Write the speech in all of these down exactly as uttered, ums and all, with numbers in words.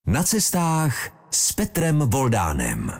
Na cestách s Petrem Voldánem.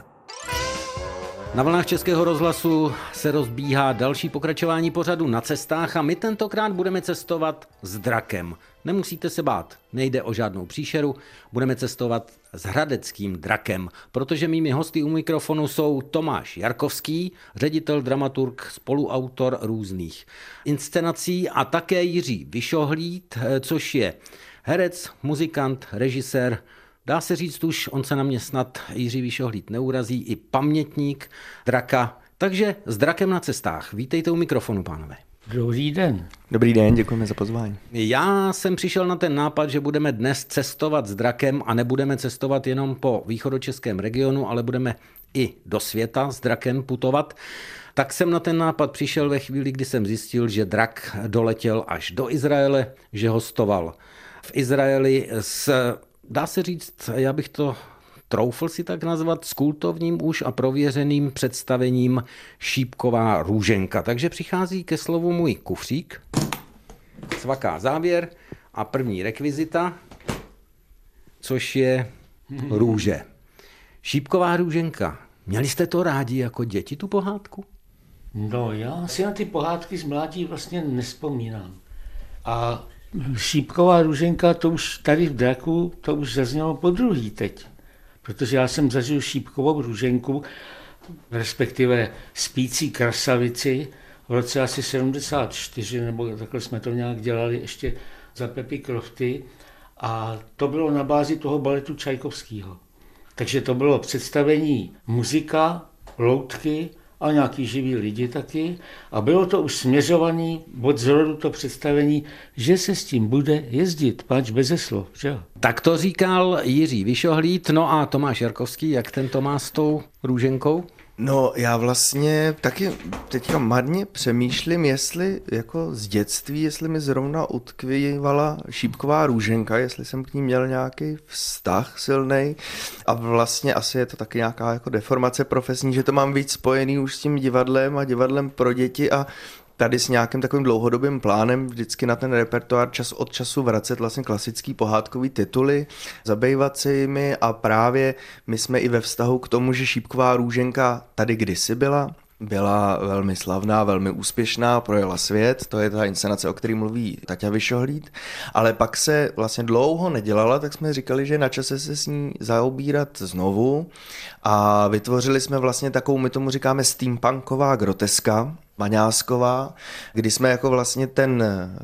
Na vlnách Českého rozhlasu se rozbíhá další pokračování pořadu Na cestách a my tentokrát budeme cestovat s drakem. Nemusíte se bát, nejde o žádnou příšeru, budeme cestovat s hradeckým drakem, protože mými hosty u mikrofonu jsou Tomáš Jarkovský, ředitel, dramaturg, spoluautor různých inscenací a také Jiří Vyšohlíd, což je herec, muzikant, režisér. Dá se říct už, on se na mě snad Jiří Vyšohlíd neurazí, i pamětník draka. Takže s drakem na cestách. Vítejte u mikrofonu, pánové. Dobrý den. Dobrý den, děkujeme za pozvání. Já jsem přišel na ten nápad, že budeme dnes cestovat s drakem a nebudeme cestovat jenom po východočeském regionu, ale budeme i do světa s drakem putovat. Tak jsem na ten nápad přišel ve chvíli, kdy jsem zjistil, že drak doletěl až do Izraele, že hostoval v Izraeli s... Dá se říct, já bych to troufl si tak nazvat, s kultovním už a prověřeným představením Šípková růženka. Takže přichází ke slovu můj kufřík, cvaká závěr a první rekvizita, což je růže. Šípková růženka. Měli jste to rádi jako děti, tu pohádku? No, já si na ty pohádky z mládí vlastně nespomínám. A Šípková růženka, to už tady v draku, to už zaznělo po druhý teď. Protože já jsem zažil Šípkovou růženku, respektive Spící krasavici v roce asi sedmdesát čtyři, nebo takhle jsme to nějak dělali ještě za Pepi Crofty. A to bylo na bázi toho baletu Čajkovského. Takže to bylo představení muzika, loutky a nějaký živí lidi taky. A bylo to už směřované od zrodu to představení, že se s tím bude jezdit, páč beze slov, že? Tak to říkal Jiří Vyšohlíd, no a Tomáš Jarkovský, jak ten to má s tou růženkou? No já vlastně taky teďka marně přemýšlím, jestli jako z dětství, jestli mi zrovna utkvívala Šípková růženka, jestli jsem k ní měl nějaký vztah silnej a vlastně asi je to taky nějaká jako deformace profesní, že to mám víc spojený už s tím divadlem a divadlem pro děti a tady s nějakým takovým dlouhodobým plánem vždycky na ten repertoár čas od času vracet vlastně klasický pohádkový tituly, zabývat se jimi a právě my jsme i ve vztahu k tomu, že Šípková růženka tady kdysi byla, byla velmi slavná, velmi úspěšná, projela svět, to je ta inscenace, o které mluví Taťa Vyšohlíd, ale pak se vlastně dlouho nedělala, tak jsme říkali, že je na čase se s ní zaobírat znovu a vytvořili jsme vlastně takovou, my tomu říkáme steampunková groteska, Maňásková, kdy jsme jako vlastně ten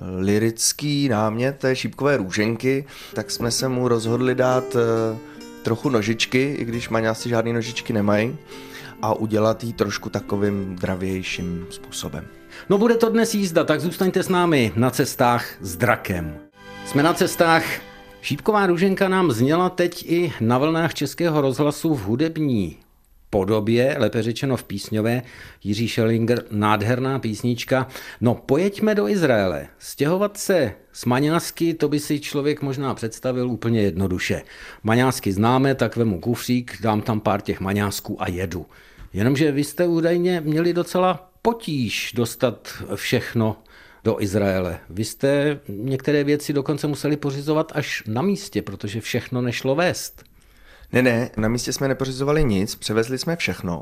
lyrický námět té Šípkové růženky, tak jsme se mu rozhodli dát trochu nožičky, i když Maňásci žádný nožičky nemají, a udělat ji trošku takovým dravějším způsobem. No bude to dnes jízda, tak zůstaňte s námi na cestách s drakem. Jsme na cestách. Šípková růženka nám zněla teď i na vlnách Českého rozhlasu v hudební podobě, lépe řečeno v písňové. Jiří Schellinger, nádherná písnička. No pojeďme do Izraele. Stěhovat se s Maňásky, to by si člověk možná představil úplně jednoduše. Maňásky známe, tak vemu kufřík, dám tam pár těch maňásků a jedu. Jenomže vy jste údajně měli docela potíž dostat všechno do Izraele. Vy jste některé věci dokonce museli pořizovat až na místě, protože všechno nešlo vést. Ne, ne, na místě jsme nepořizovali nic, převezli jsme všechno.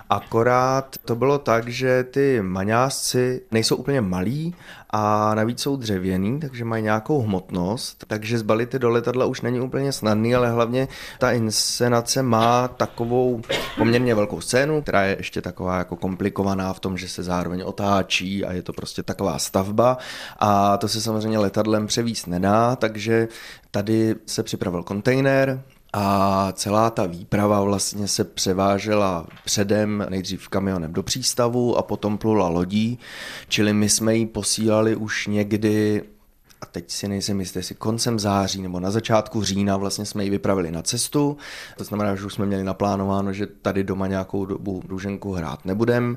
Akorát to bylo tak, že ty maňásci nejsou úplně malí a navíc jsou dřevěný, takže mají nějakou hmotnost, takže zbalit je do letadla už není úplně snadný, ale hlavně ta inscenace má takovou poměrně velkou scénu, která je ještě taková jako komplikovaná v tom, že se zároveň otáčí a je to prostě taková stavba a to se samozřejmě letadlem převízt nedá, takže tady se připravil kontejner, a celá ta výprava vlastně se převážela předem nejdřív kamionem do přístavu a potom plula lodí, čili my jsme ji posílali už někdy, a teď si nejsem jistý, jestli koncem září nebo na začátku října vlastně jsme ji vypravili na cestu, to znamená, že už jsme měli naplánováno, že tady doma nějakou dobu růženku hrát nebudem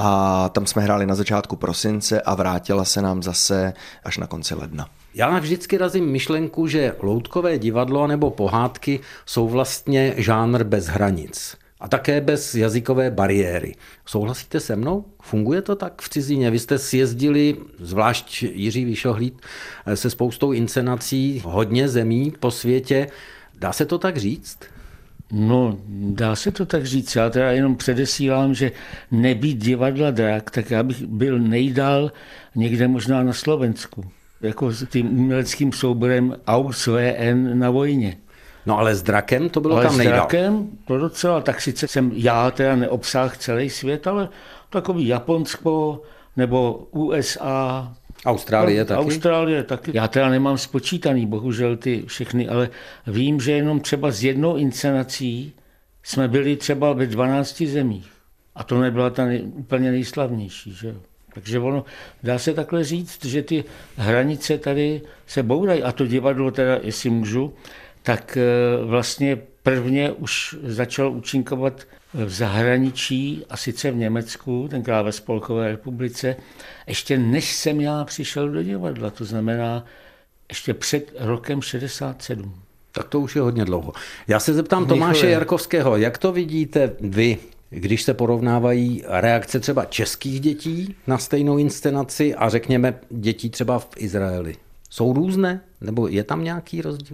a tam jsme hráli na začátku prosince a vrátila se nám zase až na konci ledna. Já vždycky razím myšlenku, že loutkové divadlo nebo pohádky jsou vlastně žánr bez hranic. A také bez jazykové bariéry. Souhlasíte se mnou? Funguje to tak v cizině? Vy jste sjezdili, zvlášť Jiří Vyšohlíd, se spoustou inscenací hodně zemí po světě. Dá se to tak říct? No, dá se to tak říct. Já teda jenom předesílám, že nebýt divadla Drak, tak já bych byl nejdál někde možná na Slovensku. Jako s tím uměleckým souborem Aus V N na vojně. No ale s Drakem to bylo ale tam nejdál. Ale s Drakem to docela, tak sice jsem já teda neobsáhl celý svět, ale takový Japonsko nebo U S A. Austrálie no, taky? Austrálie taky. Já teda nemám spočítaný, bohužel ty všechny, ale vím, že jenom třeba s jednou inscenací jsme byli třeba ve dvanácti zemích. A to nebyla ta nej, úplně nejslavnější, že jo. Takže ono, dá se takhle říct, že ty hranice tady se bourají. A to divadlo teda, jestli můžu, tak vlastně prvně už začal účinkovat v zahraničí, a sice v Německu, tenkrát ve Spolkové republice, ještě než jsem já přišel do divadla, to znamená ještě před rokem šedesát sedm. Tak to už je hodně dlouho. Já se zeptám Tomáše Jarkovského, jak to vidíte vy, když se porovnávají reakce třeba českých dětí na stejnou inscenaci a řekněme dětí třeba v Izraeli? Jsou různé? Nebo je tam nějaký rozdíl?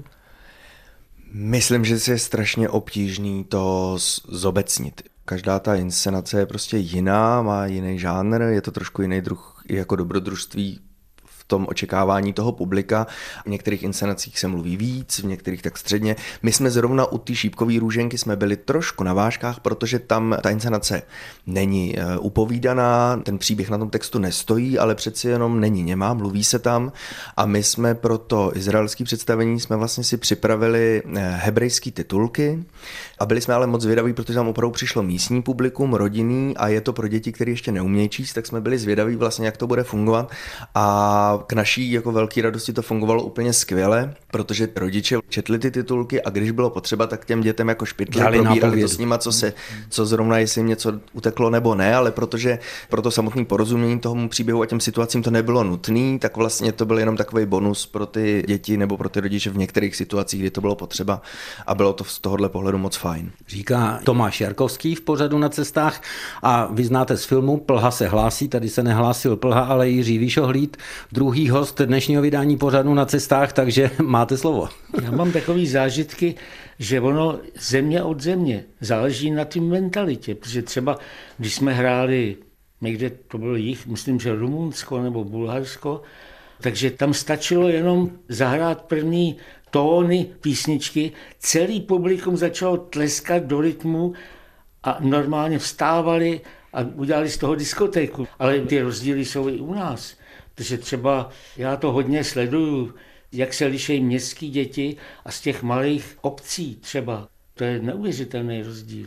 Myslím, že je strašně obtížný to zobecnit. Každá ta inscenace je prostě jiná, má jiný žánr, je to trošku jiný druh jako dobrodružství v tom očekávání toho publika. V některých inscenacích se mluví víc, v některých tak středně. My jsme zrovna u té Šípkové růženky jsme byli trošku na vážkách, protože tam ta inscenace není upovídaná, ten příběh na tom textu nestojí, ale přeci jenom není němá, mluví se tam a my jsme pro to izraelské představení jsme vlastně si připravili hebrejské titulky a byli jsme ale moc zvědaví, protože tam opravdu přišlo místní publikum, rodinný a je to pro děti, které ještě neumějí číst, tak jsme byli zvědaví vlastně, jak to bude fungovat a k naší jako velké radosti to fungovalo úplně skvěle, protože rodiče četli ty titulky a když bylo potřeba, tak těm dětem jako špitli, probírali to s nima, co se, co zrovna, jestli jim něco uteklo nebo ne, ale protože pro to samotné porozumění tomu příběhu a těm situacím to nebylo nutné, tak vlastně to byl jenom takový bonus pro ty děti nebo pro ty rodiče v některých situacích, kdy to bylo potřeba a bylo to z tohohle pohledu moc fajn. Říká Tomáš Jarkovský v pořadu Na cestách a vy znáte z filmu Plha se hlásí, tady se nehlásil Plha, ale Jiří Vyšohlíd, druhý host dnešního vydání pořadu Na cestách, takže máte slovo. Já mám takový zážitky, že ono země od země záleží na té mentalitě, protože třeba když jsme hráli někde, to bylo jich, myslím, že Rumunsko nebo Bulharsko, takže tam stačilo jenom zahrát první tóny písničky, celý publikum začalo tleskat do rytmu a normálně vstávali a udělali z toho diskotéku. Ale ty rozdíly jsou i u nás. Protože třeba já to hodně sleduju, jak se liší městské děti a z těch malých obcí třeba. To je neuvěřitelný rozdíl.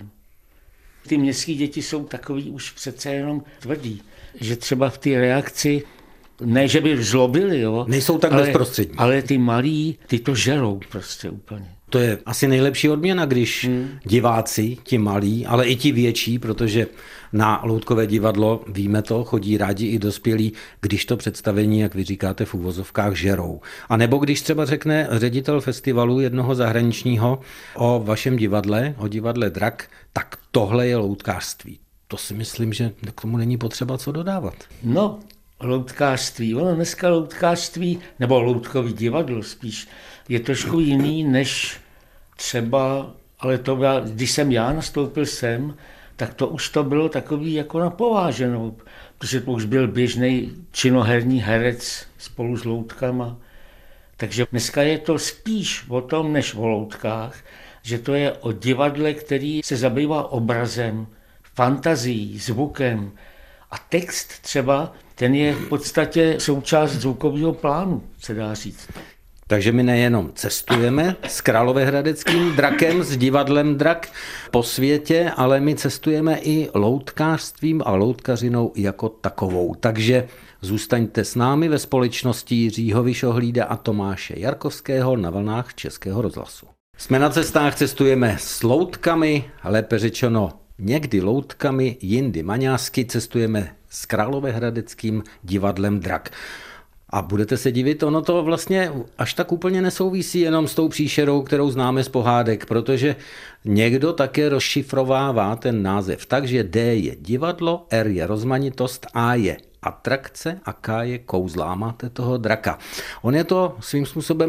Ty městské děti jsou takový už přece jenom tvrdý, že třeba v té reakci, ne, že by zlobili, jo, nejsou tak ale, bezprostřední. Ale ty malí, ty to žerou prostě úplně. To je asi nejlepší odměna, když hmm. diváci, ti malí, ale i ti větší, protože na loutkové divadlo, víme to, chodí rádi i dospělí, když to představení, jak vy říkáte, v uvozovkách žerou. A nebo když třeba řekne ředitel festivalu jednoho zahraničního o vašem divadle, o divadle Drak, tak tohle je loutkářství. To si myslím, že k tomu není potřeba co dodávat. No, loutkářství. Ono dneska loutkářství, nebo loutkový divadlo spíš, je trošku jiný než třeba, ale to byla, když jsem já nastoupil sem, tak to už to bylo takový jako na pováženou, protože to už byl běžný činoherní herec spolu s loutkama. Takže dneska je to spíš o tom, než o loutkách, že to je o divadle, který se zabývá obrazem, fantazií, zvukem. A text třeba, ten je v podstatě součást zvukového plánu, se dá říct. Takže my nejenom cestujeme s královéhradeckým drakem, s divadlem Drak po světě, ale my cestujeme i loutkářstvím a loutkařinou jako takovou. Takže zůstaňte s námi ve společnosti Jiřího Vyšohlída a Tomáše Jarkovského na vlnách Českého rozhlasu. Jsme na cestách, cestujeme s loutkami, lépe řečeno někdy loutkami, jindy maňásky, cestujeme s královéhradeckým divadlem Drak. A budete se divit, ono to vlastně až tak úplně nesouvisí jenom s tou příšerou, kterou známe z pohádek, protože někdo také rozšifrovává ten název tak, že D je divadlo, R je rozmanitost, A je atrakce a K je kouzla. A máte toho draka. On je to svým způsobem i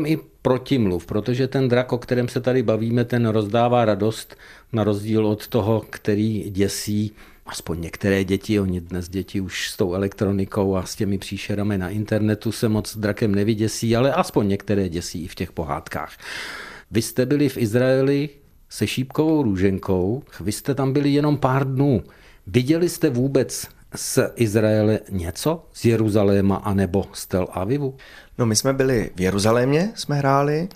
protimluv, protože ten drak, o kterém se tady bavíme, ten rozdává radost na rozdíl od toho, který děsí aspoň některé děti. Oni dnes děti už s tou elektronikou a s těmi příšerami na internetu se moc drakem nevyděsí, ale aspoň některé děsí i v těch pohádkách. Vy jste byli v Izraeli se šípkovou růženkou, vy jste tam byli jenom pár dnů. Viděli jste vůbec z Izraele něco? Z Jeruzaléma anebo z Tel Avivu? No, my jsme byli v Jeruzalémě, jsme hráli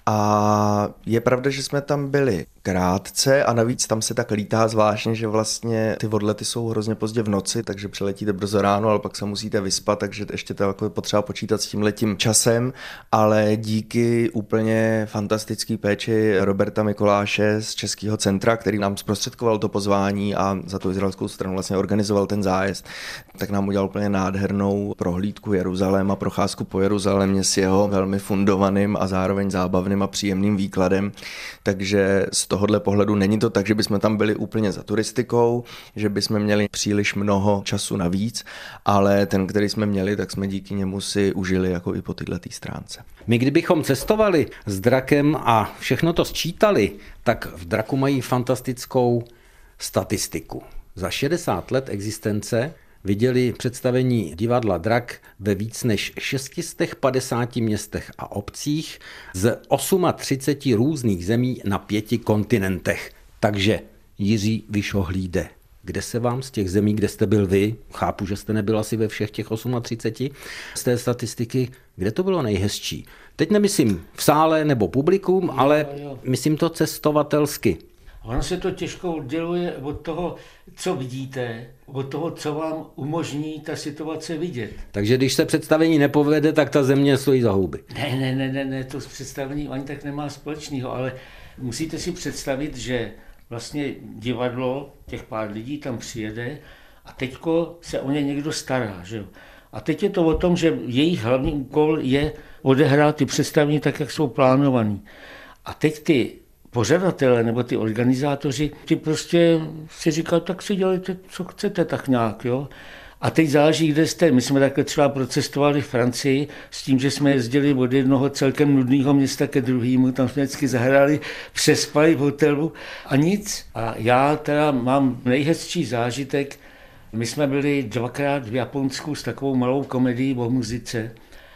a je pravda, že jsme tam byli krátce a navíc tam se tak lítá zvláštně, že vlastně ty odlety jsou hrozně pozdě v noci, takže přiletíte brzo ráno, ale pak se musíte vyspat, takže ještě to jako je potřeba počítat s tímhletím časem, ale díky úplně fantastický péči Roberta Mikoláše z Českého centra, který nám zprostředkoval to pozvání a za tu izraelskou stranu vlastně organizoval ten zájezd, tak nám udělal úplně nádhernou prohlídku Jeruzaléma, procházku po Jeruzalémě s jeho velmi fundovaným a zároveň zábavným a příjemným výkladem, takže z tohohle pohledu není to tak, že bychom tam byli úplně za turistikou, že bychom měli příliš mnoho času navíc, ale ten, který jsme měli, tak jsme díky němu si užili jako i po této stránce. My kdybychom cestovali s drakem a všechno to sčítali, tak v draku mají fantastickou statistiku. Za šedesát let existence viděli představení divadla Drak ve víc než šest set padesáti městech a obcích z třiceti osmi různých zemí na pěti kontinentech. Takže Jiří Vyšohlíde, kde se vám z těch zemí, kde jste byl vy, chápu, že jste nebyl asi ve všech těch třiceti osmi, z té statistiky, kde to bylo nejhezčí? Teď nemyslím v sále nebo publikum, ale jo, jo. myslím to cestovatelsky. Ono se to těžko odděluje od toho, co vidíte, od toho, co vám umožní ta situace vidět. Takže když se představení nepovede, tak ta země stojí za houby. Ne, ne, ne, ne, ne, to představení ani tak nemá společného, ale musíte si představit, že vlastně divadlo, těch pár lidí tam přijede a teďko se o ně někdo stará, že jo. A teď je to o tom, že jejich hlavní úkol je odehrát ty představení tak, jak jsou plánovaný. A teď ty pořadatelé nebo ty organizátoři, ty prostě si říkají, tak si dělejte, co chcete, tak nějak, jo. A teď záleží, kde jste. My jsme takhle třeba procestovali v Francii s tím, že jsme jezdili od jednoho celkem nudného města ke druhému, tam jsme vždycky zahrali, přespali v hotelu a nic. A já teda mám nejhezčí zážitek. My jsme byli dvakrát v Japonsku s takovou malou komedií o muzice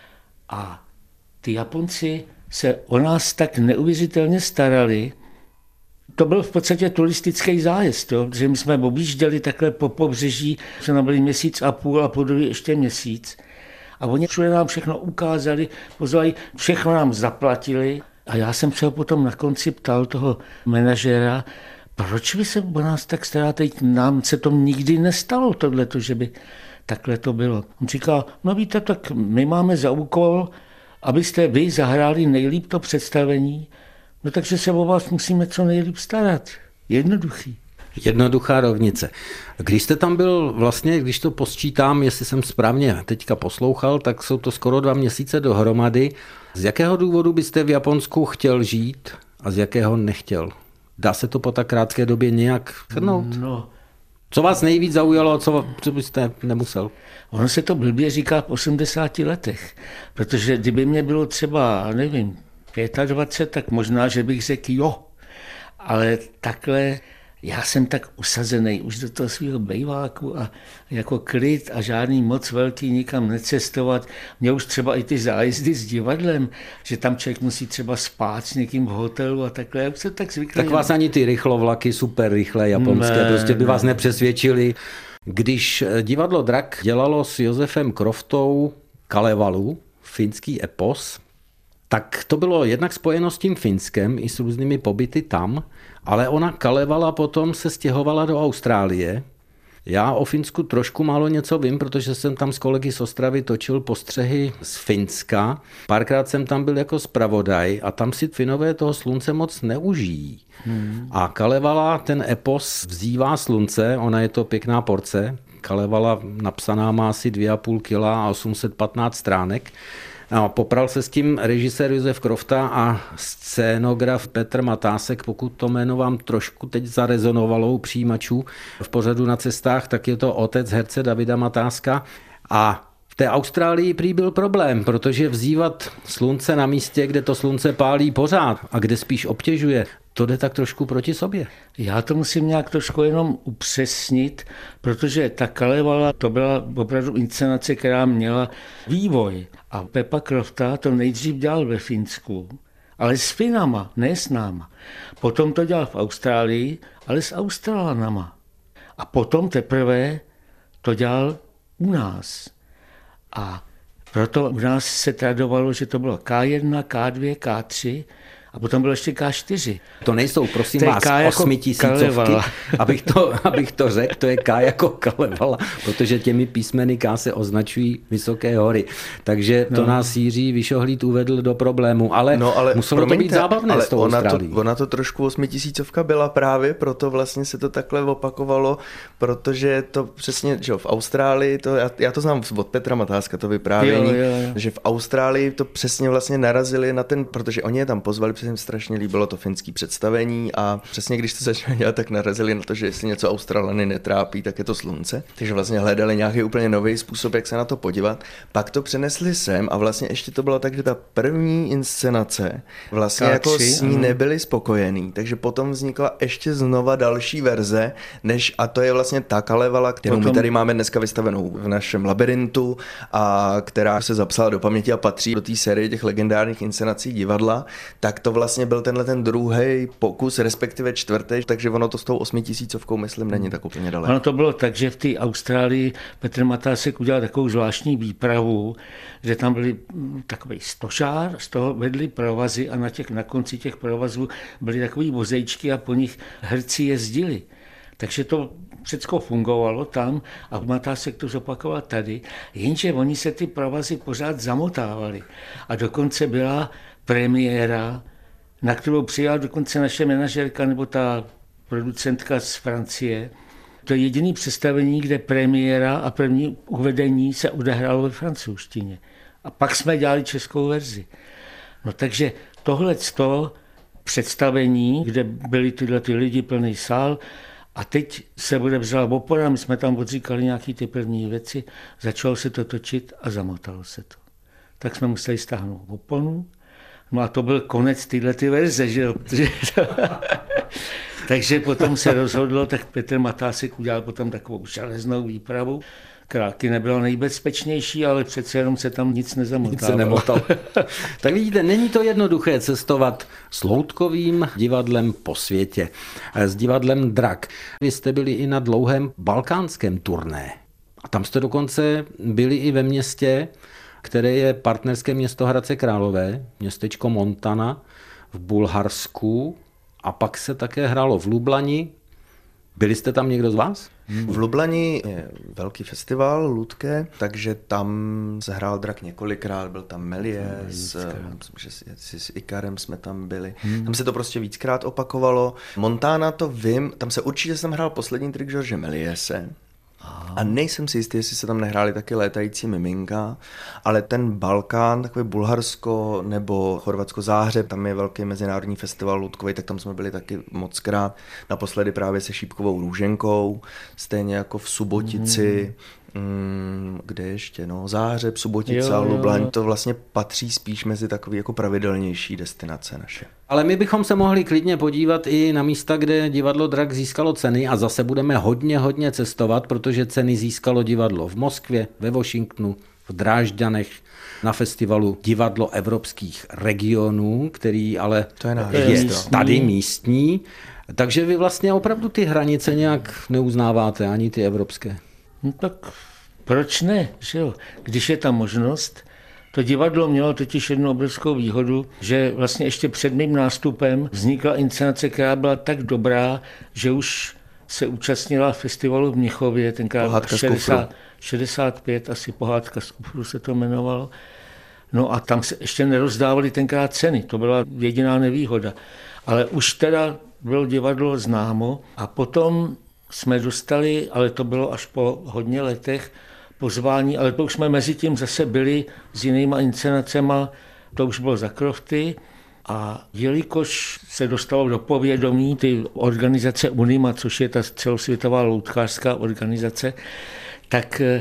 a ty Japonci se o nás tak neuvěřitelně starali. To byl v podstatě turistický zájezd, jo? Že my jsme objížděli takhle po pobřeží, jsme tam byli měsíc a půl a po druhý ještě měsíc. A oni všude nám všechno ukázali, pozvali, všechno nám zaplatili. A já jsem se ho potom na konci ptal toho manažera, proč vy se o nás tak staráte, teď nám se to nikdy nestalo, tohleto, že by takhle to bylo. On říká, no víte, tak my máme za úkol, abyste vy zahráli nejlíp to představení, no takže se o vás musíme co nejlíp starat. Jednoduchý. Jednoduchá rovnice. Když jste tam byl vlastně, když to posčítám, jestli jsem správně teďka poslouchal, tak jsou to skoro dva měsíce dohromady. Z jakého důvodu byste v Japonsku chtěl žít a z jakého nechtěl? Dá se to po tak krátké době nějak shrnout? No. Co vás nejvíc zaujalo a co, co byste nemusel? Ono se to blbě říká v osmdesáti letech, protože kdyby mě bylo třeba, nevím, dvacet pět, tak možná, že bych řekl jo, ale takhle já jsem tak usazený už do toho svého bejváku a jako klid a žádný moc velký nikam necestovat. Mě už třeba i ty zájezdy s divadlem, že tam člověk musí třeba spát s někým v hotelu a takhle. Já už jsem tak zvyklý. Tak vás ani ty rychlovlaky, super rychlé japonské, ne, prostě by ne. vás nepřesvědčili. Když divadlo Drak dělalo s Josefem Kroftou Kalevalu, finský epos, tak to bylo jednak spojeno s tím Finskem i s různými pobyty tam, ale ona Kalevala potom se stěhovala do Austrálie. Já o Finsku trošku málo něco vím, protože jsem tam s kolegy z Ostravy točil postřehy z Finska. Párkrát jsem tam byl jako zpravodaj a tam si Finové toho slunce moc neužijí. Hmm. A Kalevala, ten epos vzývá slunce, ona je to pěkná porce. Kalevala napsaná má asi dvě a půl kila a osm set patnáct stránek. No, popral se s tím režisér Josef Krofta a scénograf Petr Matásek, pokud to jméno vám trošku teď zarezonovalo u přijímačů v pořadu Na cestách, tak je to otec herce Davida Matáska. A V té Austrálii prý byl problém, protože vzývat slunce na místě, kde to slunce pálí pořád a kde spíš obtěžuje, to jde tak trošku proti sobě. Já to musím nějak trošku jenom upřesnit, protože ta Kalevala to byla opravdu inscenace, která měla vývoj. A Pepa Crofta to nejdřív dělal ve Finsku, ale s Finama, ne s náma. Potom to dělal v Austrálii, ale s Australanama. A potom teprve to dělal u nás. A proto u nás se tradovalo, že to bylo ká jedna, ká dvě, ká tři a potom bylo ještě ká čtyři. To nejsou, prosím to vás, jako osmitisícovky, abych to, abych to řekl, to je K jako Kalevala, protože těmi písmeny K se označují vysoké hory. Takže to no. nás Jiří Vyšohlíd uvedl do problému, ale, no, ale muselo promiňte, to být zábavné ale s tou ona Austrálií. To, ona to trošku osmitisícovka byla právě, proto vlastně se to takhle opakovalo, protože to přesně, že v Austrálii, to, já, já to znám od Petra Matáska, to vyprávění, jo, jo, jo. že v Austrálii to přesně vlastně narazili na ten, protože oni je tam pozvali, protože jim strašně líbilo to finské představení a přesně když to začali dělat, tak narazili na to, že jestli něco Australany netrápí, tak je to slunce. Takže vlastně hledali nějaký úplně nový způsob, jak se na to podívat. Pak to přenesli sem a vlastně ještě to bylo tak, že ta první inscenace vlastně jako s ní nebyli spokojený, takže potom vznikla ještě znova další verze, než a to je vlastně ta Kalevala, kterou potom my tady máme dneska vystavenou v našem labirintu a která se zapsala do paměti a patří do té série těch legendárních inscenací divadla, tak to vlastně byl tenhle ten druhý pokus, respektive čtvrtý, takže ono to s tou osmitisícovkou, myslím, není tak úplně daleko. Ono to bylo tak, že v té Austrálii Petr Matásek udělal takovou zvláštní výpravu, že tam byli takový stožár, z toho vedli provazy a na, těch, na konci těch provazů byly takový vozejčky a po nich herci jezdili. Takže to všechno fungovalo tam a Matásek to zopakoval tady, jenže oni se ty provazy pořád zamotávali. A dokonce byla premiéra, na kterou přijala dokonce naše manažerka nebo ta producentka z Francie. To je jediné představení, kde premiéra a první uvedení se odehrálo ve francouzštině. A pak jsme dělali českou verzi. No takže tohleto představení, kde byli tyhle ty lidi, plný sál, a teď se bude vzala opora, my jsme tam odříkali nějaké ty první věci, začalo se to točit a zamotalo se to. Tak jsme museli stáhnout oponu. No a to byl konec této verze, že jo? Takže potom se rozhodlo, tak Petr Matásek udělal potom takovou železnou výpravu, která nebyla nejbezpečnější, ale přece jenom se tam nic nezamotalo. Nic se nemotalo. Tak vidíte, není to jednoduché cestovat s loutkovým divadlem po světě, s divadlem Drak. Vy jste byli i na dlouhém balkánském turné. A tam jste dokonce byli i ve městě, které je partnerské město Hradce Králové, městečko Montana v Bulharsku a pak se také hrálo v Lublani. Byli jste tam někdo z vás? V Lublani je velký festival Ludke, takže tam se hrál Drak několikrát, byl tam Méliès, myslím, že s Ikarem jsme tam byli. Hmm. Tam se to prostě víckrát opakovalo. Montana to vím, tam se určitě jsem hrál poslední trik George Mélièse. A nejsem si jistý, jestli se tam nehráli taky Létající miminka, ale ten Balkán, takový Bulharsko nebo Chorvatsko Záhřeb, tam je velký mezinárodní festival ludkový, tak tam jsme byli taky mockrát. Naposledy právě se Šípkovou Růženkou, stejně jako v Subotici, mm. kde ještě, no, Záhřeb, Subotica, jo, Lublaň, jo. To vlastně patří spíš mezi takový jako pravidelnější destinace naše. Ale my bychom se mohli klidně podívat i na místa, kde divadlo Drak získalo ceny a zase budeme hodně, hodně cestovat, protože ceny získalo divadlo v Moskvě, ve Washingtonu, v Drážďanech, na festivalu Divadlo evropských regionů, který ale to je, je místní. Tady místní. Takže vy vlastně opravdu ty hranice nějak neuznáváte, ani ty evropské. No tak proč ne, že jo? Když je ta možnost. To divadlo mělo totiž jednu obrovskou výhodu, že vlastně ještě před mým nástupem vznikla inscenace, která byla tak dobrá, že už se účastnila festivalu v Mnichově, tenkrát šedesát, šedesát pět, asi Pohádka z kufru se to jmenovalo. No a tam se ještě nerozdávaly tenkrát ceny, to byla jediná nevýhoda. Ale už teda bylo divadlo známo a potom jsme dostali, ale to bylo až po hodně letech, pozvání, ale to už jsme mezi tím zase byli s jinýma inscenacema, to už bylo za Crofty a jelikož se dostalo do povědomí ty organizace UNIMA, což je ta celosvětová loutkářská organizace, tak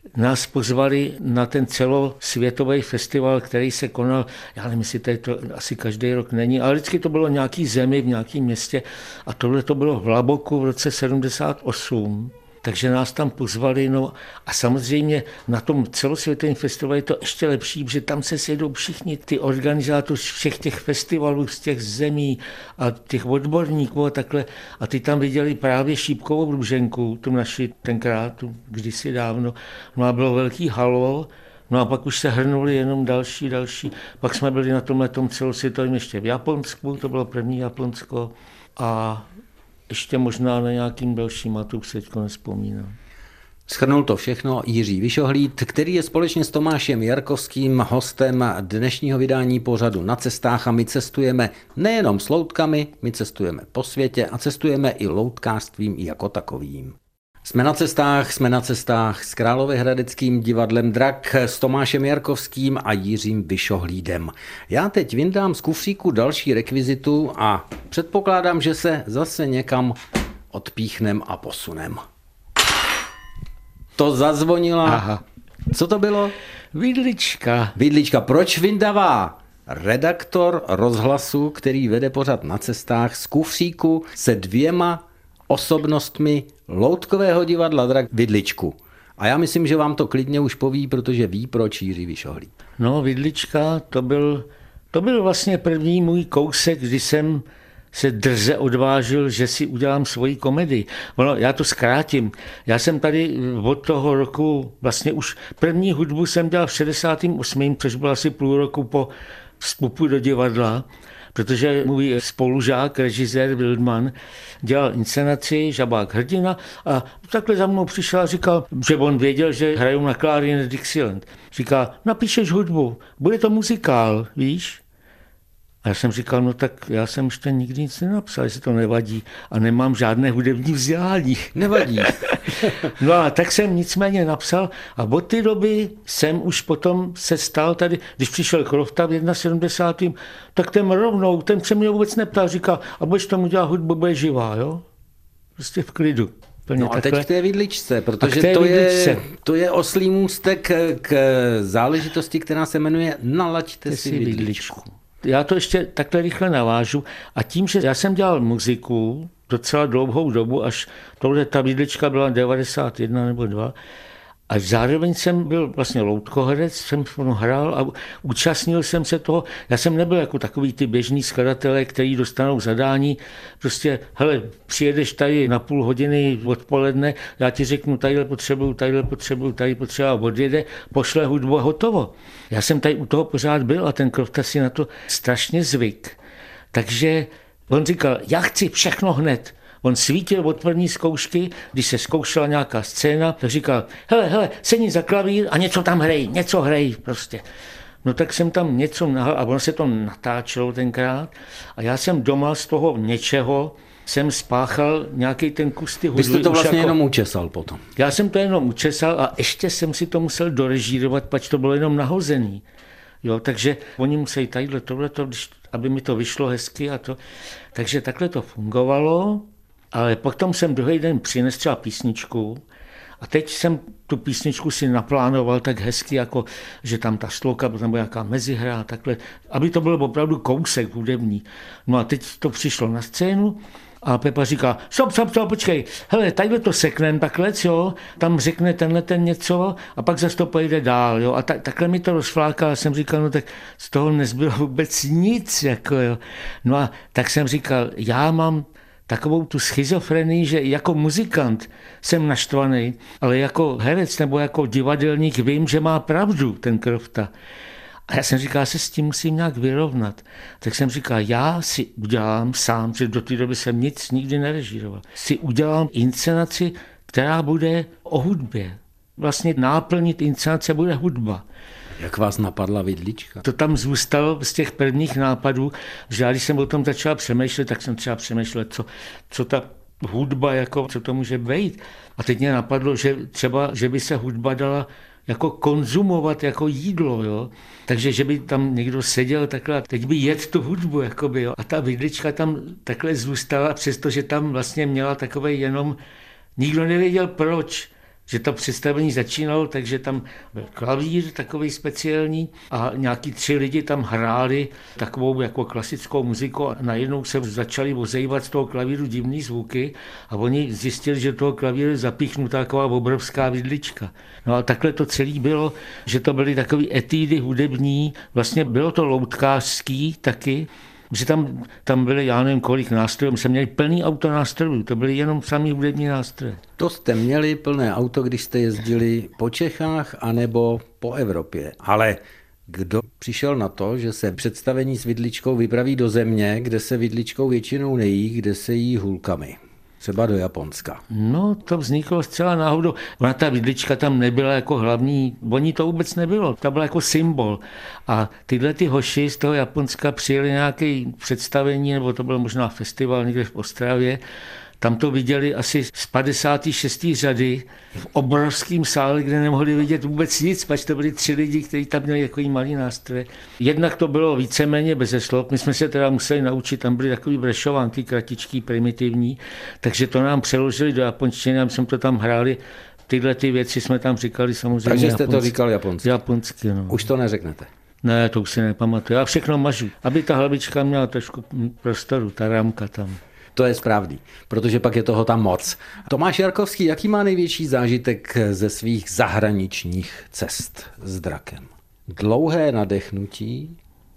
nás pozvali na ten celosvětový festival, který se konal, já nevím, jestli to, to asi každý rok není, ale vždycky to bylo v nějaký zemi, v nějakém městě a tohle to bylo v Laboku v roce sedmdesát osm. Takže nás tam pozvali, no a samozřejmě na tom celosvětovém festivalu je to ještě lepší, protože tam se sjedou všichni ty organizátoři všech těch festivalů z těch zemí a těch odborníků a takhle. A ty tam viděli právě šípkovou růženku, tu naši tenkrát, tu kdysi dávno. No a bylo velký halo, no a pak už se hrnuli jenom další, další. Pak jsme byli na tomhle tom celosvětovém ještě v Japonsku, to bylo první Japonsko a ještě možná na nějakým dalším, a to už se teďko nespomínám. Shrnul to všechno Jiří Vyšohlíd, který je společně s Tomášem Jarkovským hostem dnešního vydání pořadu Na cestách a my cestujeme nejenom s loutkami, my cestujeme po světě a cestujeme i loutkářstvím jako takovým. Jsme na cestách, jsme na cestách s Královéhradeckým divadlem Drak, s Tomášem Jarkovským a Jiřím Vyšohlídem. Já teď vyndám z kufříku další rekvizitu a předpokládám, že se zase někam odpíchnem a posunem. To zazvonila. Aha. Co to bylo? Vidlička. Vidlička. Proč vyndává redaktor rozhlasu, který vede pořad Na cestách, z kufříku se dvěma osobnostmi loutkového divadla Drak vidličku? A já myslím, že vám to klidně už poví, protože ví, proč Jiří Vyšohlíd. No, vidlička, to byl, to byl vlastně první můj kousek, kdy jsem se drze odvážil, že si udělám svoji komedii. Ono, já to zkrátím. Já jsem tady od toho roku, vlastně už první hudbu jsem dělal v šedesátém osmém, což byl asi půl roku po vstupu do divadla, protože můj spolužák, režisér Wildman, dělal inscenaci Žabák hrdina a takhle za mnou přišel a říkal, že on věděl, že hrajou na klarinet Dixieland. Říká, napíšeš hudbu, bude to muzikál, víš? A já jsem říkal, no tak já jsem ještě nikdy nic nenapsal, jestli to nevadí a nemám žádné hudební vzdělání. Nevadí. No a tak jsem nicméně napsal a od té doby jsem už potom se stal tady, když přišel Krofta v sedmdesátém prvním tak ten rovnou, ten se mě vůbec neptal, říkal, a budeš tomu dělat hudbu, bude živá, jo? Prostě v klidu. No a teď k té vidličce, protože to je, to je oslý můstek k záležitosti, která se jmenuje Nalaďte si vidličku. Já to ještě takhle rychle navážu a tím, že já jsem dělal muziku docela dlouhou dobu, až tohle ta vidlička byla devadesát jedna nebo dva, a zároveň jsem byl vlastně loutkoherec, jsem hrál a účastnil jsem se toho. Já jsem nebyl jako takový ty běžný skladatelé, který dostanou zadání, prostě, hele, přijedeš tady na půl hodiny odpoledne, já ti řeknu, tadyhle potřebuju, tadyhle potřebuju, tady potřebuju a odjede, pošle hudbu a hotovo. Já jsem tady u toho pořád byl a ten Krofta si na to strašně zvyk. Takže on říkal, já chci všechno hned. On svítil od první zkoušky, když se zkoušela nějaká scéna, tak říkal, hele, hele, sedni za klavír a něco tam hrej, něco hrej prostě. No tak jsem tam něco nahl a ono se to natáčelo tenkrát a já jsem doma z toho něčeho jsem spáchal nějaký ten kus ty hudby. Vy jste to vlastně jako jenom učesal potom. Já jsem to jenom učesal a ještě jsem si to musel dorežírovat, pač to bylo jenom nahozený. Jo, takže oni museli tadyhle tohleto, aby mi to vyšlo hezky a to. Takže takhle to fungovalo. Ale potom jsem druhý den přinesl třeba písničku a teď jsem tu písničku si naplánoval tak hezky, jako že tam ta sloka, potom byla nějaká mezihra a takhle, aby to bylo opravdu kousek hudební. No a teď to přišlo na scénu a Pepa říká, stop, stop, stop, počkej, hele, takhle to seknem takhle, jo, tam řekne tenhle ten něco a pak zase to pojede dál, jo, a ta, takhle mi to rozflákal a jsem říkal, no tak z toho nezbylo vůbec nic, jako jo. No a tak jsem říkal, já mám takovou tu schizofrenii, že jako muzikant jsem naštvaný, ale jako herec nebo jako divadelník vím, že má pravdu ten Krofta. A já jsem říkal, já se s tím musím nějak vyrovnat. Tak jsem říkal, já si udělám sám, že do té doby jsem nic nikdy nerežíroval, si udělám inscenaci, která bude o hudbě. Vlastně náplnit inscenace bude hudba. Jak vás napadla vidlička? To tam zůstalo z těch prvních nápadů, že já, když jsem o tom začal přemýšlet, tak jsem třeba přemýšlel, co, co ta hudba, jako, co to může být. A teď mě napadlo, že třeba, že by se hudba dala jako konzumovat jako jídlo, jo. Takže, že by tam někdo seděl takhle a teď by jedl tu hudbu, jakoby, jo. A ta vidlička tam takhle zůstala, přestože tam vlastně měla takové jenom, nikdo nevěděl proč, že to představení začínalo, takže tam byl klavír takový speciální a nějaký tři lidi tam hráli takovou jako klasickou muziku a najednou se začali ozejvat z toho klavíru divný zvuky a oni zjistili, že toho klavíru je zapíchnutá taková obrovská vidlička. No a takhle to celé bylo, že to byly takový etídy hudební, vlastně bylo to loutkářský taky, že tam, tam byly, já nevím kolik nástrojů, my jsme měli plný auto nástrojů, to byly jenom samý hudební nástroje. To jste měli plné auto, když jste jezdili po Čechách anebo po Evropě, ale kdo přišel na to, že se představení s vidličkou vypraví do země, kde se vidličkou většinou nejí, kde se jí hůlkami? Třeba do Japonska. No, to vzniklo zcela náhodou. Ona ta vidlička tam nebyla jako hlavní, oni to vůbec nebylo, to byla jako symbol. A tyhle ty hoši z toho Japonska přijeli nějaké představení, nebo to byl možná festival někde v Ostravě, tam to viděli asi z padesáté šesté řady v obrovském sále, kde nemohli vidět vůbec nic, pač to byli tři lidi, kteří tam měli takový malý nástroje. Jednak to bylo víceméně beze slov, my jsme se teda museli naučit, tam byly takový brešovánky kratičký, primitivní, takže to nám přeložili do japonštiny a my jsme to tam hráli. Tyhle ty věci jsme tam říkali samozřejmě. Takže jste japonsky. to říkal japonsky? Japonsky, no. Už to neřeknete? Ne, to už si nepamatuju. Já všechno mažu, aby ta hlavička měla trošku prostoru, ta rámka tam. To je správný, protože pak je toho tam moc. Tomáš Jarkovský, jaký má největší zážitek ze svých zahraničních cest s drakem? Dlouhé nadechnutí,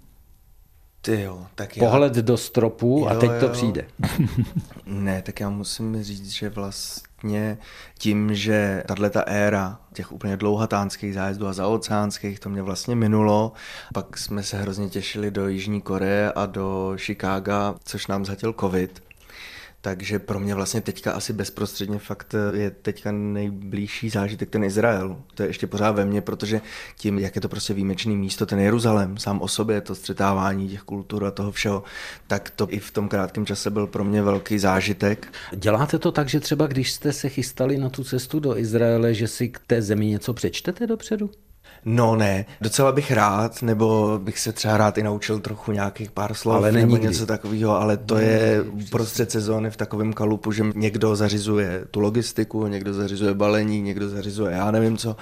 Tyjo, tak já... pohled do stropu jo, a teď to jo. přijde. Ne, tak já musím říct, že vlastně tím, že tato éra těch úplně dlouhatánských zájezdů a zaoceánských, to mě vlastně minulo. Pak jsme se hrozně těšili do Jižní Koreje a do Chicaga, což nám zhatil covid. Takže pro mě vlastně teďka asi bezprostředně fakt je teďka nejbližší zážitek ten Izrael. To je ještě pořád ve mně, protože tím, jak je to prostě výjimečný místo, ten Jeruzalém sám o sobě, to střetávání těch kultur a toho všeho, tak to i v tom krátkém čase byl pro mě velký zážitek. Děláte to tak, že třeba když jste se chystali na tu cestu do Izraele, že si k té zemi něco přečtete dopředu? No ne, docela bych rád, nebo bych se třeba rád i naučil trochu nějakých pár slov, ale nebo kdy. něco takového, ale to je prostřed sezóny v takovém kalupu, že někdo zařizuje tu logistiku, někdo zařizuje balení, někdo zařizuje já nevím co.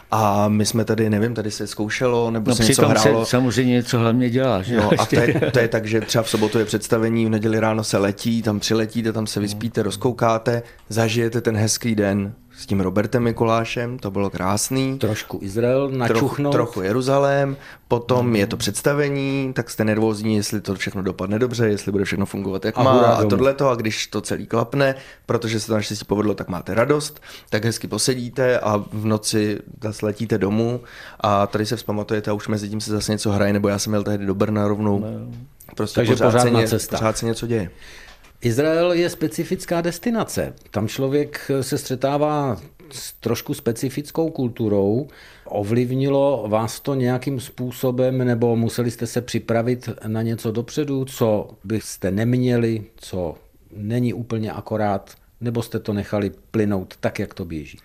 A my jsme tady, nevím, tady se zkoušelo, nebo no, se něco hrálo. Se samozřejmě něco hlavně dělá. Že? No, a to je, to je tak, že třeba v sobotu je představení, v neděli ráno se letí, tam přiletíte, tam se vyspíte, rozkoukáte, zažijete ten hezký den s tím Robertem Mikulášem, to bylo krásný. Trošku Izrael, načuchnout. Trochu, trochu Jeruzalém, potom mm. je to představení, tak jste nervózní, jestli to všechno dopadne dobře, jestli bude všechno fungovat jak a má a tohleto, a když to celý klapne, protože se to naštěstí povedlo, tak máte radost, tak hezky posedíte a v noci zase letíte domů a tady se vzpamatujete a už mezi tím se zase něco hraje, nebo já jsem jel tehdy do Brna rovnou. No. Prostě takže pořád, pořád, se na ně, cesta. pořád se něco děje. Izrael je specifická destinace. Tam člověk se střetává s trošku specifickou kulturou. Ovlivnilo vás to nějakým způsobem, nebo museli jste se připravit na něco dopředu, co byste neměli, co není úplně akorát, nebo jste to nechali plynout tak, jak to běží?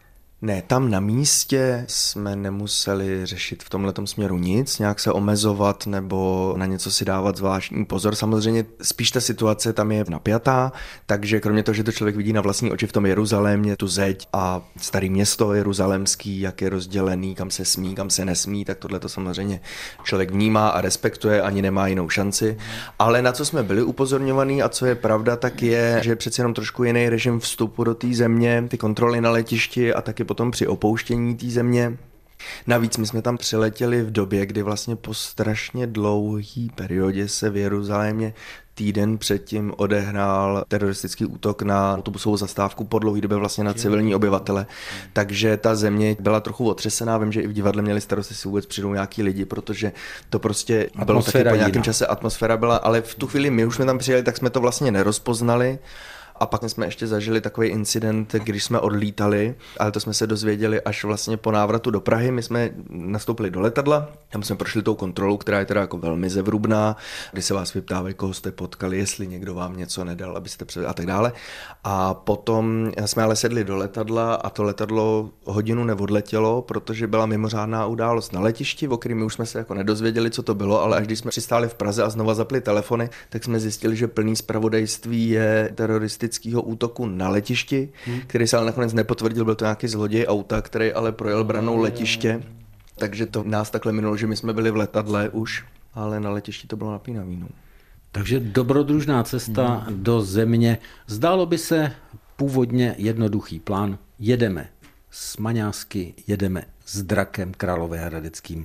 Ne, tam na místě jsme nemuseli řešit v tomhletom směru nic, nějak se omezovat nebo na něco si dávat zvláštní pozor. Samozřejmě spíš ta situace tam je napjatá, takže kromě toho, že to člověk vidí na vlastní oči v tom Jeruzalémě, tu zeď a staré město jeruzalémský, jak je rozdělený, kam se smí, kam se nesmí, tak tohle to samozřejmě člověk vnímá a respektuje, ani nemá jinou šanci. Ale na co jsme byli upozorňovaní a co je pravda, tak je, že je přeci jenom trošku jiný režim vstupu do té země, ty kontroly na letišti a taky potom při opouštění té země. Navíc my jsme tam přiletěli v době, kdy vlastně po strašně dlouhý periodě se v Jeruzalémě týden předtím odehrál teroristický útok na autobusovou zastávku, po dlouhý době vlastně na civilní obyvatele. Takže ta země byla trochu otřesená. Vím, že i v divadle měli starost, jestli vůbec přijdou nějaký lidi, protože to prostě bylo taky po nějakém čase, atmosféra byla, ale v tu chvíli my už jsme tam přijeli, tak jsme to vlastně nerozpoznali. A pak jsme ještě zažili takový incident, když jsme odlítali, ale to jsme se dozvěděli až vlastně po návratu do Prahy. My jsme nastoupili do letadla, tam jsme prošli tou kontrolu, která je teda jako velmi zevrubná, kdy se vás vyptávají, koho jste potkali, jestli někdo vám něco nedal, abyste před a tak dále. A potom jsme ale sedli do letadla a to letadlo hodinu neodletělo, protože byla mimořádná událost na letišti, o kterým my už jsme se jako nedozvěděli, co to bylo, ale až když jsme přistáli v Praze a znova zapli telefony, tak jsme zjistili, že plný zpravodajství je teroristický teroristického útoku na letišti, hmm. který se ale nakonec nepotvrdil, byl to nějaký zloděj auta, který ale projel branou letiště, takže to nás takhle minulo, že my jsme byli v letadle už, ale na letišti to bylo napínavý. No. Takže dobrodružná cesta hmm. do země. Zdálo by se původně jednoduchý plán. Jedeme s Maňásky, jedeme s drakem královéhradeckým.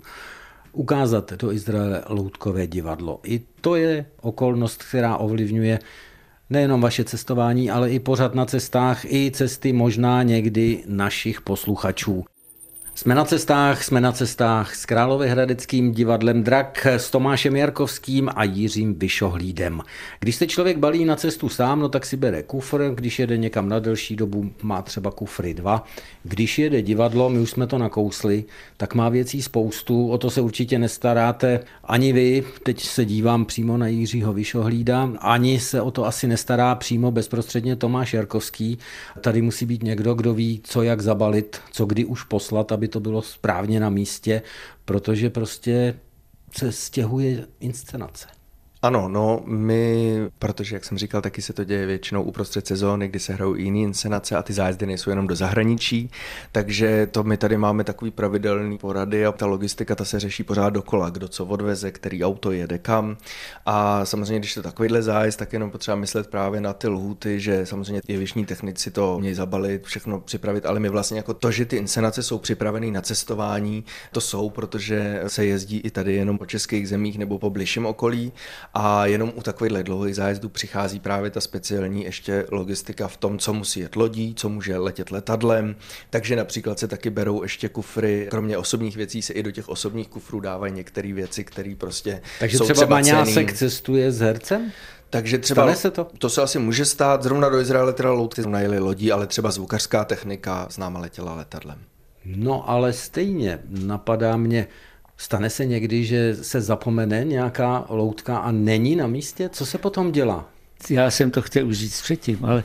Ukázat do Izraele loutkové divadlo. I to je okolnost, která ovlivňuje nejenom vaše cestování, ale i pořad na cestách, i cesty možná někdy našich posluchačů. Jsme na cestách, jsme na cestách s Královéhradeckým divadlem Drak, s Tomášem Jarkovským a Jiřím Vyšohlídem. Když se člověk balí na cestu sám, no tak si bere kufr, když jede někam na delší dobu, má třeba kufry dva. Když jede divadlo, my už jsme to nakousli, tak má věcí spoustu, o to se určitě nestaráte ani vy, teď se dívám přímo na Jiřího Vyšohlída, ani se o to asi nestará přímo bezprostředně Tomáš Jarkovský. Tady musí být někdo, kdo ví, co jak zabalit, co kdy už poslat, aby to bylo správně na místě, protože prostě se stěhuje inscenace. Ano, no my, protože jak jsem říkal, taky se to děje většinou uprostřed sezóny, kdy se hrajou i jiné inscenace a ty zájezdy nejsou jenom do zahraničí, takže to my tady máme takový pravidelný porady a ta logistika ta se řeší pořád dokola, kdo co odveze, který auto jede kam a samozřejmě, když to takovýhle zájezd, tak jenom potřeba myslet právě na ty lhůty, že samozřejmě jevištní technici to mějí zabalit, všechno připravit, ale my vlastně jako to, že ty inscenace jsou připravené na cestování, to jsou, protože se jezdí i tady jenom po českých zemích nebo po bližším okolí. A jenom u takovýchhle dlouhých zájezdů přichází právě ta speciální ještě logistika v tom, co musí jet lodí, co může letět letadlem. Takže například se taky berou ještě kufry, kromě osobních věcí se i do těch osobních kufrů dávají některé věci, které prostě Takže jsou třeba, třeba Maňásek cestuje s hercem? Takže třeba Stane se to? To se asi může stát, zrovna do Izraele teda loutky najeli lodí, ale třeba zvukařská technika s náma letěla letadlem. No ale stejně napadá mě, stane se někdy, že se zapomene nějaká loutka a není na místě? Co se potom dělá? Já jsem to chtěl už říct předtím, ale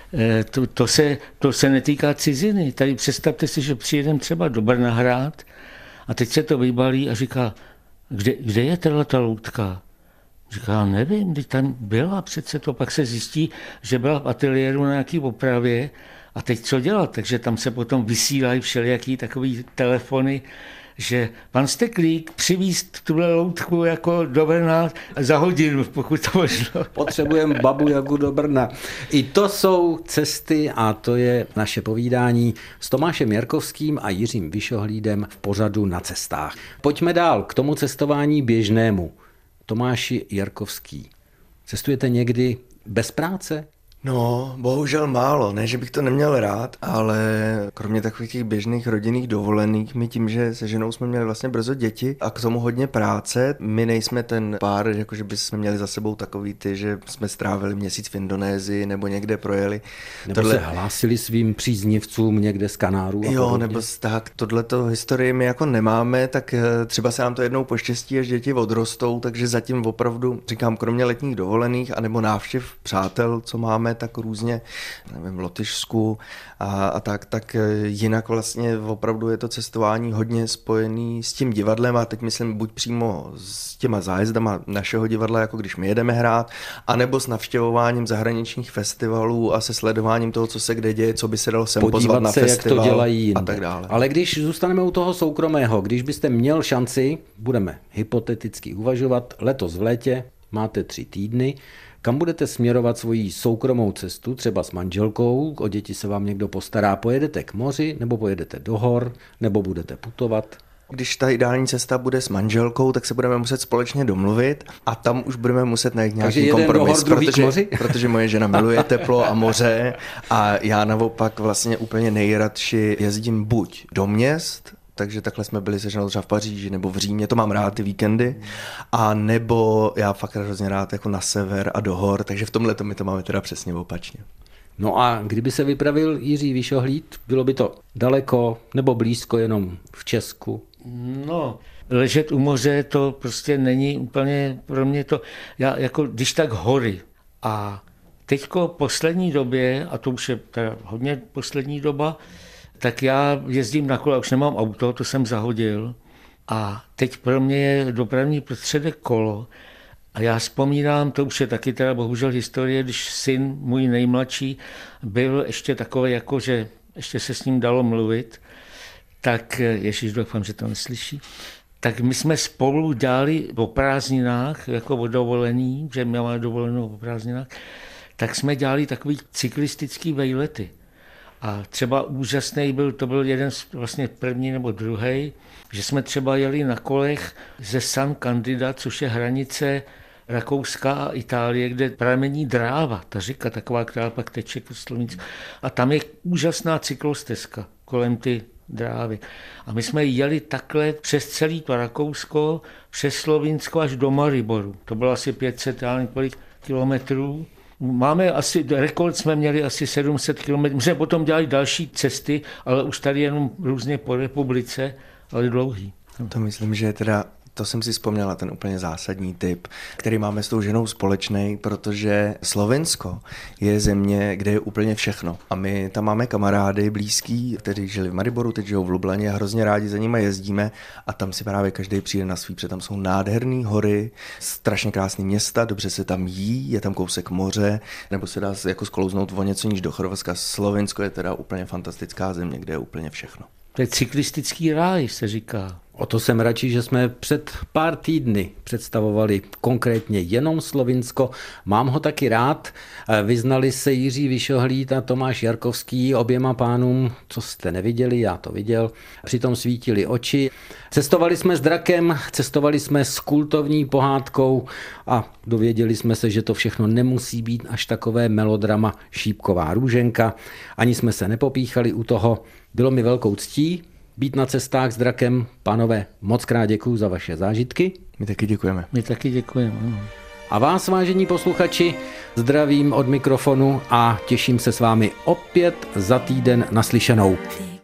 to, to, se, to se netýká ciziny. Tady představte si, že přijedeme třeba do Brna hrát a teď se to vybalí a říká, kde, kde je ta loutka? Říká, nevím, když tam byla přece to, pak se zjistí, že byla v ateliéru na nějaký opravě a teď co dělat? Takže tam se potom vysílají všelijaký takový telefony, že pan Steklík přivízt tuhle loutku jako do Brna za hodinu, pokud to možno. Potřebujeme babu Jagu do Brna. I to jsou cesty a to je naše povídání s Tomášem Jarkovským a Jiřím Vyšohlídem v pořadu Na cestách. Pojďme dál k tomu cestování běžnému. Tomáši Jarkovský, cestujete někdy bez práce? No, bohužel málo, ne, že bych to neměl rád, ale kromě takových těch běžných rodinných dovolených, my tím, že se ženou jsme měli vlastně brzo děti a k tomu hodně práce, my nejsme ten pár, jako že bychom měli za sebou takový ty, že jsme strávili měsíc v Indonésii nebo někde projeli. Nebo tohle... se hlásili svým příznivcům někde z Kanárů a Jo, podobně. nebo tak, tohleto historii my jako nemáme, tak třeba se nám to jednou poštěstí, až děti odrostou, takže zatím opravdu, říkám, kromě letních dovolených anebo návštěv přátel, co máme, tak různě, nevím, v Lotyšsku a, a tak, tak jinak vlastně opravdu je to cestování hodně spojený s tím divadlem a teď myslím buď přímo s těma zájezdama našeho divadla, jako když my jedeme hrát, anebo s navštěvováním zahraničních festivalů a se sledováním toho, co se kde děje, co by se dalo sem pozvat na se, festival jak to dělají jinde. A tak dále. Ale když zůstaneme u toho soukromého, když byste měl šanci, budeme hypoteticky uvažovat, letos v létě máte tři týdny, kam budete směrovat svoji soukromou cestu, třeba s manželkou, o děti se vám někdo postará, pojedete k moři, nebo pojedete do hor, nebo budete putovat? Když ta ideální cesta bude s manželkou, tak se budeme muset společně domluvit a tam už budeme muset najít nějaký kompromis, do hor, protože, protože moje žena miluje teplo a moře a já naopak vlastně úplně nejradši jezdím buď do měst, takže takhle jsme byli se ženou třeba v Paříži nebo v Římě, to mám rád ty víkendy, a nebo já fakt hrozně rád jako na sever a do hor, takže v tomhle to my to máme teda přesně opačně. No a kdyby se vypravil Jiří Vyšohlíd, bylo by to daleko nebo blízko jenom v Česku? No, ležet u moře to prostě není úplně pro mě to, já jako když tak hory a teďko poslední době, a to už je teda hodně poslední doba, tak já jezdím na kole, už nemám auto, to jsem zahodil a teď pro mě je dopravní prostředek kolo A já vzpomínám, to už je taky teda bohužel historie, když syn můj nejmladší byl ještě takový, jako že ještě se s ním dalo mluvit, tak, ježiš, doufám, že to neslyší, tak my jsme spolu dělali o prázdninách, jako o dovolení, že my máme dovolenou o prázdninách, tak jsme dělali takový cyklistický vejlety. A třeba úžasný byl, to byl jeden z vlastně první nebo druhý, že jsme třeba jeli na kolech ze San Candida, což je hranice Rakouska a Itálie, kde pramení Dráva, ta řeka taková, která pak teče k Slovinsku. A tam je úžasná cyklostezka kolem ty Drávy. A my jsme jeli takhle přes celý to Rakousko, přes Slovinsko až do Mariboru. To bylo asi pět set kilometrů. Máme asi, rekord jsme měli asi sedm set kilometrů. My jsme potom dělali další cesty, ale už tady jenom různě po republice, ale dlouhý. To myslím, že teda, to jsem si vzpomněla, ten úplně zásadní tip, který máme s tou ženou společný, protože Slovensko je země, kde je úplně všechno. A my tam máme kamarády blízký, kteří žili v Mariboru, teď žijou v Lublaně a hrozně rádi za nimi jezdíme a tam si právě každý přijde na svý, protože tam jsou nádherné hory, strašně krásné města, dobře se tam jí, je tam kousek moře, nebo se dá jako sklouznout o něco níž do Chorvatska. Slovensko je teda úplně fantastická země, kde je úplně všechno. To je cyklistický ráj, se říká. O to jsem radši, že jsme před pár týdny představovali konkrétně jenom Slovinsko. Mám ho taky rád. Vyznali se Jiří Vyšohlíd a Tomáš Jarkovský, oběma pánům, co jste neviděli, já to viděl. Přitom svítili oči. Cestovali jsme s drakem, cestovali jsme s kultovní pohádkou a dověděli jsme se, že to všechno nemusí být až takové melodrama Šípková růženka. Ani jsme se nepopíchali u toho. Bylo mi velkou ctí být na cestách s drakem. Pánové, moc krát děkuju za vaše zážitky. My taky děkujeme. My taky děkujeme. A vás, vážení posluchači, zdravím od mikrofonu a těším se s vámi opět za týden naslyšenou.